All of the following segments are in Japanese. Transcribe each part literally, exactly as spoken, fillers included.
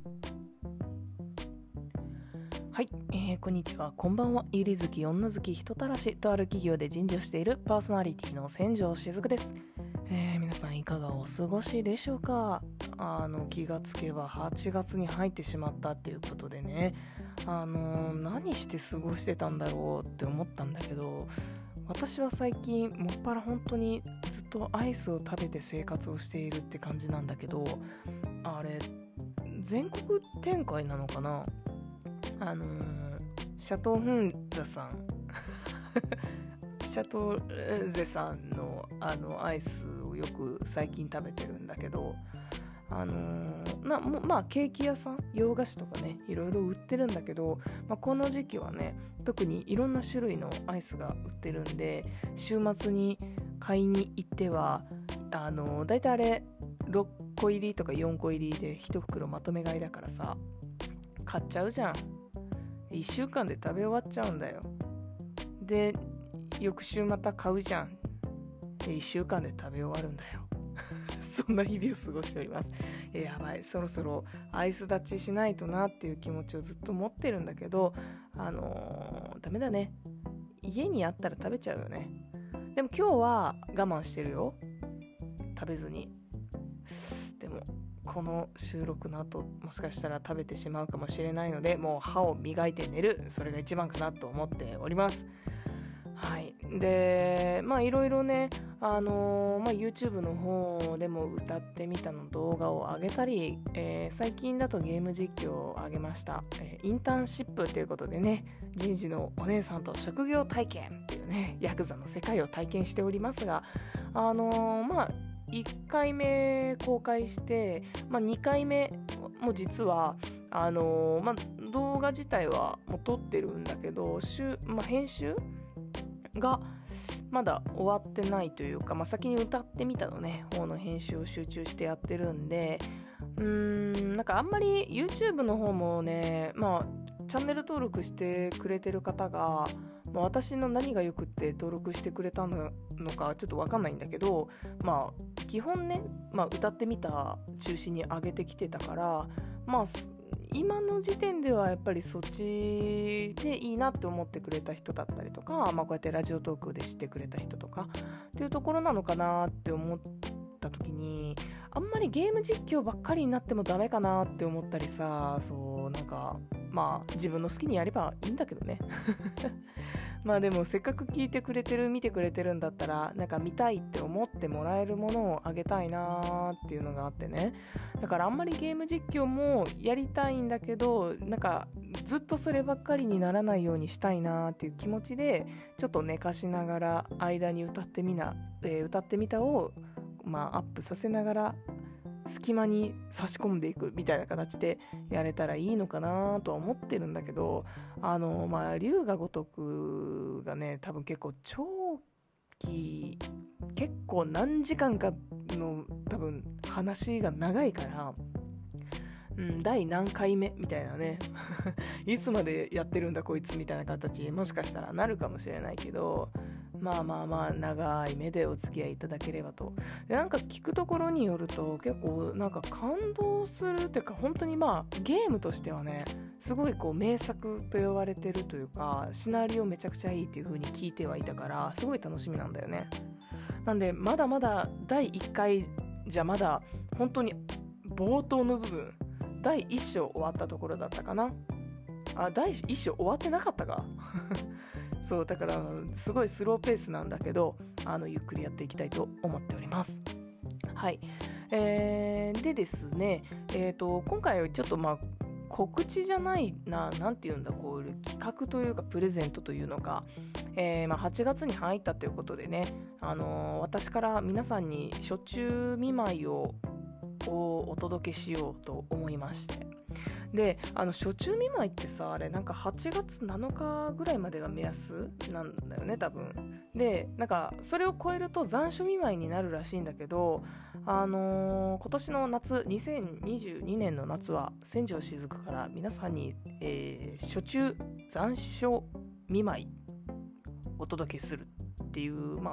はい、えー、こんにちは、こんばんは。ゆり好き、女好き、人たらしとある企業で人事をしているパーソナリティの千条しずくです。えー、皆さんいかがお過ごしでしょうか。あの気がつけばはちがつに入ってしまったっていうことでね、あのー、何して過ごしてたんだろうって思ったんだけど、私は最近もっぱら本当にずっとアイスを食べて生活をしているって感じなんだけど、あれ全国展開なのかな。あのー、シャトーフンザさんシャトーゼさんのあのアイスをよく最近食べてるんだけど、あのー、なもまあケーキ屋さん、洋菓子とかね、いろいろ売ってるんだけど、まあ、この時期はね特にいろんな種類のアイスが売ってるんで、週末に買いに行ってはあのー、だいたいあれろっこ入りとかよんこ入りでいち袋まとめ買いだからさ、買っちゃうじゃん。いっしゅうかんで食べ終わっちゃうんだよ。で翌週また買うじゃん。でいっしゅうかんで食べ終わるんだよそんな日々を過ごしております。えやばい、そろそろアイス立ちしないとなっていう気持ちをずっと持ってるんだけど、あのー、ダメだね。家にあったら食べちゃうよね。でも今日は我慢してるよ、食べずに。でもこの収録の後もしかしたら食べてしまうかもしれないので、もう歯を磨いて寝る、それが一番かなと思っております。はい。でまあいろいろね、あのーまあ、YouTube の方でも歌ってみたの動画を上げたり、えー、最近だとゲーム実況を上げました、えー、インターンシップということでね、人事のお姉さんと職業体験っていうね、ヤクザの世界を体験しておりますが、あのー、まあいっかいめ公開して、まあ、にかいめも実はあのーまあ、動画自体はもう撮ってるんだけど、まあ、編集がまだ終わってないというか、まあ、先に歌ってみたのね方の編集を集中してやってるんで、うーんなんかあんまり YouTube の方もね、まあチャンネル登録してくれてる方が、まあ、私の何がよくって登録してくれたのかちょっと分かんないんだけど、まあ基本ね、まあ、歌ってみた中心に上げてきてたから、まあ今の時点ではやっぱりそっちでいいなって思ってくれた人だったりとか、まあ、こうやってラジオトークで知ってくれた人とかっていうところなのかなって思った時に、あんまりゲーム実況ばっかりになってもダメかなって思ったりさ、そうなんかまあ自分の好きにやればいいんだけどねまあでもせっかく聞いてくれてる見てくれてるんだったら、なんか見たいって思ってもらえるものをあげたいなーっていうのがあってね。だからあんまりゲーム実況もやりたいんだけど、なんかずっとそればっかりにならないようにしたいなーっていう気持ちで、ちょっと寝かしながら間に歌ってみな、えー、歌ってみたをまあアップさせながら隙間に差し込んでいくみたいな形でやれたらいいのかなとは思ってるんだけど、あのまあ龍が如くがね、多分結構長期結構何時間かの多分話が長いから、うん、第何回目みたいなねいつまでやってるんだこいつみたいな形もしかしたらなるかもしれないけど、まあまあまあ長い目でお付き合いいただければと。でなんか聞くところによると結構なんか感動するっていうか、本当にまあゲームとしてはねすごいこう名作と呼ばれてるというか、シナリオめちゃくちゃいいっていう風に聞いてはいたから、すごい楽しみなんだよね。なんでまだまだだいいっかいじゃまだ本当に冒頭の部分、だいいっ章終わったところだったかな。あ、だいいっ章終わってなかったかそうだからすごいスローペースなんだけど、あのゆっくりやっていきたいと思っております。はい、えー、でですね、えーと今回ちょっとまあ告知じゃないな、なんていうんだ、こう企画というかプレゼントというのか、えーまあ、はちがつに入ったということでね、あのー、私から皆さんに暑中見舞いをお届けしようと思いまして、であの暑中見舞いってさ、あれなんかはちがつなのかぐらいまでが目安なんだよね多分。でなんかそれを超えると残暑見舞いになるらしいんだけど、あのー、今年の夏にせんにじゅうにねんの夏は千条しずくから皆さんに、えー、暑中残暑見舞いお届けするっていう、まあ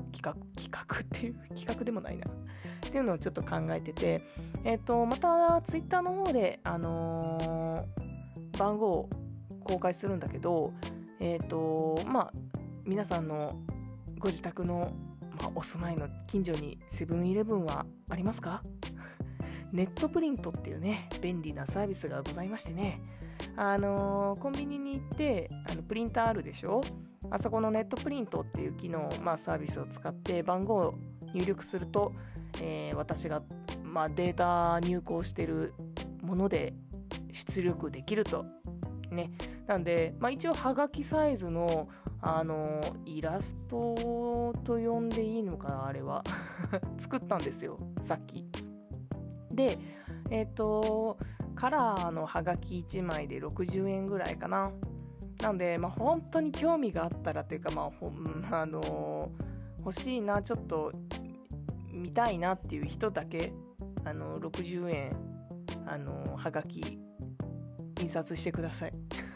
企画企画っていう企画でもないなっていうのをちょっと考えてて、えっとまたツイッターの方であのー、番号を公開するんだけど、えっとまあ皆さんのご自宅の、まあ、お住まいの近所にセブンイレブンはありますか？ネットプリントっていうね便利なサービスがございましてね、あのー、コンビニに行ってあのプリンターあるでしょ。あそこのネットプリントっていう機能、まあ、サービスを使って番号を入力すると、えー、私が、まあ、データ入稿してるもので出力できるとね。なんで、まあ、一応はがきサイズの、あのー、イラストと呼んでいいのかな、あれは作ったんですよさっきで。えっとカラーのはがきいちまいでろくじゅうえんぐらいかな。なんで、まあ、本当に興味があったらというか、まあほあのー、欲しいな、ちょっと見たいなっていう人だけ、あのー、ろくじゅうえん、あのー、はがき印刷してください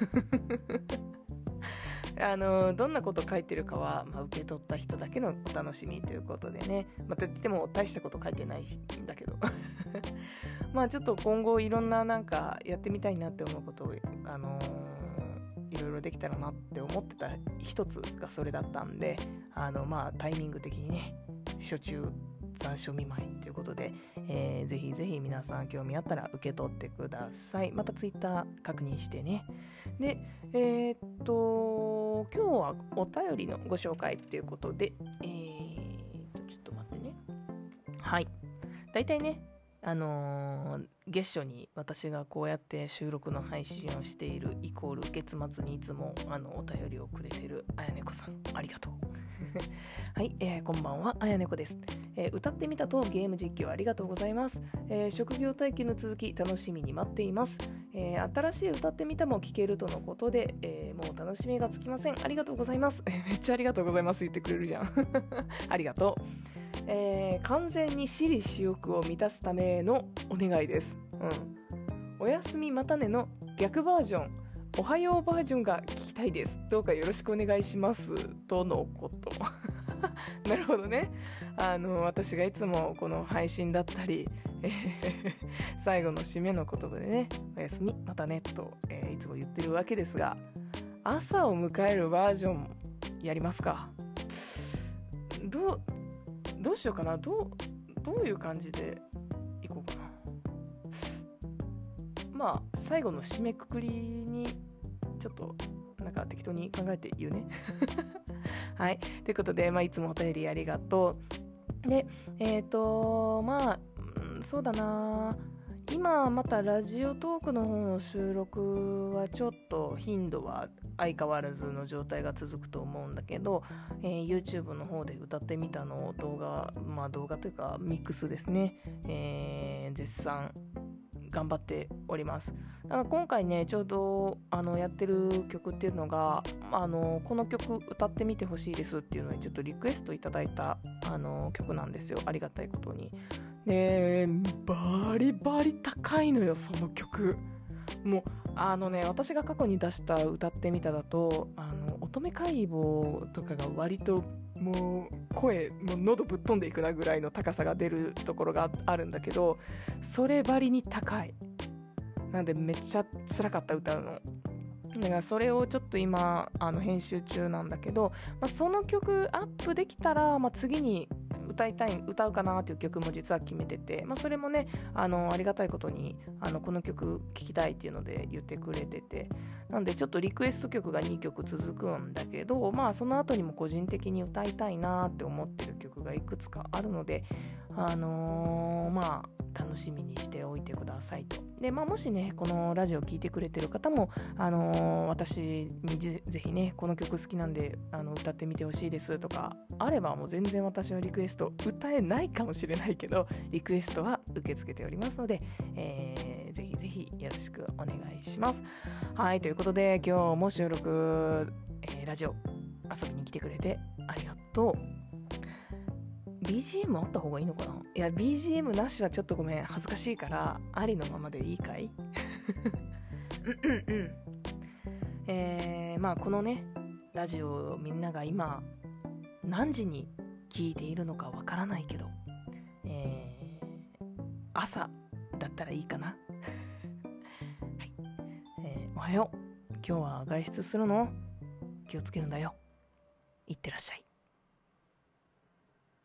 あのどんなこと書いてるかは、まあ、受け取った人だけのお楽しみということでね、まあ、といっても大したこと書いてないんだけどまあちょっと今後いろんななんかやってみたいなって思うことを、あのーいろいろできたらなって思ってた一つがそれだったんで、あのまあタイミング的にね初中残暑見舞いということで、えー、ぜひぜひ皆さん興味あったら受け取ってください。またツイッター確認してね。でえー、っと今日はお便りのご紹介ということで、えー、っとちょっと待ってね。はい、だいたいねあのー、月初に私がこうやって収録の配信をしているイコール月末にいつもあのお便りをくれているあやねこさん、ありがとうはい、えー、こんばんは、あやねこです、えー、歌ってみたとゲーム実況ありがとうございます、えー、職業体験の続き楽しみに待っています、えー、新しい歌ってみたも聞けるとのことで、えー、もう楽しみがつきません。ありがとうございます、えー、めっちゃありがとうございます言ってくれるじゃんありがとう。えー、完全に私利私欲を満たすためのお願いです、うん、おやすみまたねの逆バージョン、おはようバージョンが聞きたいです。どうかよろしくお願いしますとのことなるほどね。あの私がいつもこの配信だったり、えー、最後の締めの言葉でねおやすみまたねと、えー、いつも言ってるわけですが、朝を迎えるバージョンやりますか。どうどうしようかな。どうどういう感じでいこうかな。まあ最後の締めくくりにちょっとなんか適当に考えて言うねはいということで、まあ、いつもお便りありがとうで、えっとまあ、うん、そうだな、今またラジオトークの方の収録はちょっと頻度は相変わらずの状態が続くと思うんだけど、えー、YouTube の方で歌ってみたの動画、まあ動画というかミックスですね、えー、絶賛頑張っております。だから今回ねちょうどあのやってる曲っていうのが、あのこの曲歌ってみてほしいですっていうのにちょっとリクエストいただいたあの曲なんですよ、ありがたいことに。でバリバリ高いのよその曲。もうあのね私が過去に出した歌ってみただと、あの乙女解剖とかが割ともう声もう喉ぶっ飛んでいくなぐらいの高さが出るところがあるんだけど、そればりに高いなんでめっちゃ辛かった歌うの。だからそれをちょっと今あの編集中なんだけど、まあ、その曲アップできたら、まあ、次に歌いたい歌うかなっていう曲も実は決めてて、まあ、それもね あのありがたいことにあのこの曲聴きたいっていうので言ってくれてて、なんでちょっとリクエスト曲がにきょく続くんだけど、まあその後にも個人的に歌いたいなって思ってる曲がいくつかあるので、あのー、まあ楽しみにしておいてくださいと。で、まあ、もしねこのラジオ聴いてくれてる方も、あのー、私にぜひねこの曲好きなんであの歌ってみてほしいですとかあれば、もう全然私のリクエスト歌えないかもしれないけどリクエストは受け付けておりますので、えー、ぜひぜひよろしくお願いします。はい、ということで今日も収録、えー、ラジオ遊びに来てくれてありがとう。ビージーエム あった方がいいのかな。いや ビージーエム なしはちょっとごめん恥ずかしいからありのままでいいかいうんうんうん。えー、まあこのねラジオをみんなが今何時に聞いているのかわからないけど、えー、朝だったらいいかな。はい、えー、おはよう。今日は外出するの？気をつけるんだよ。いってらっしゃい。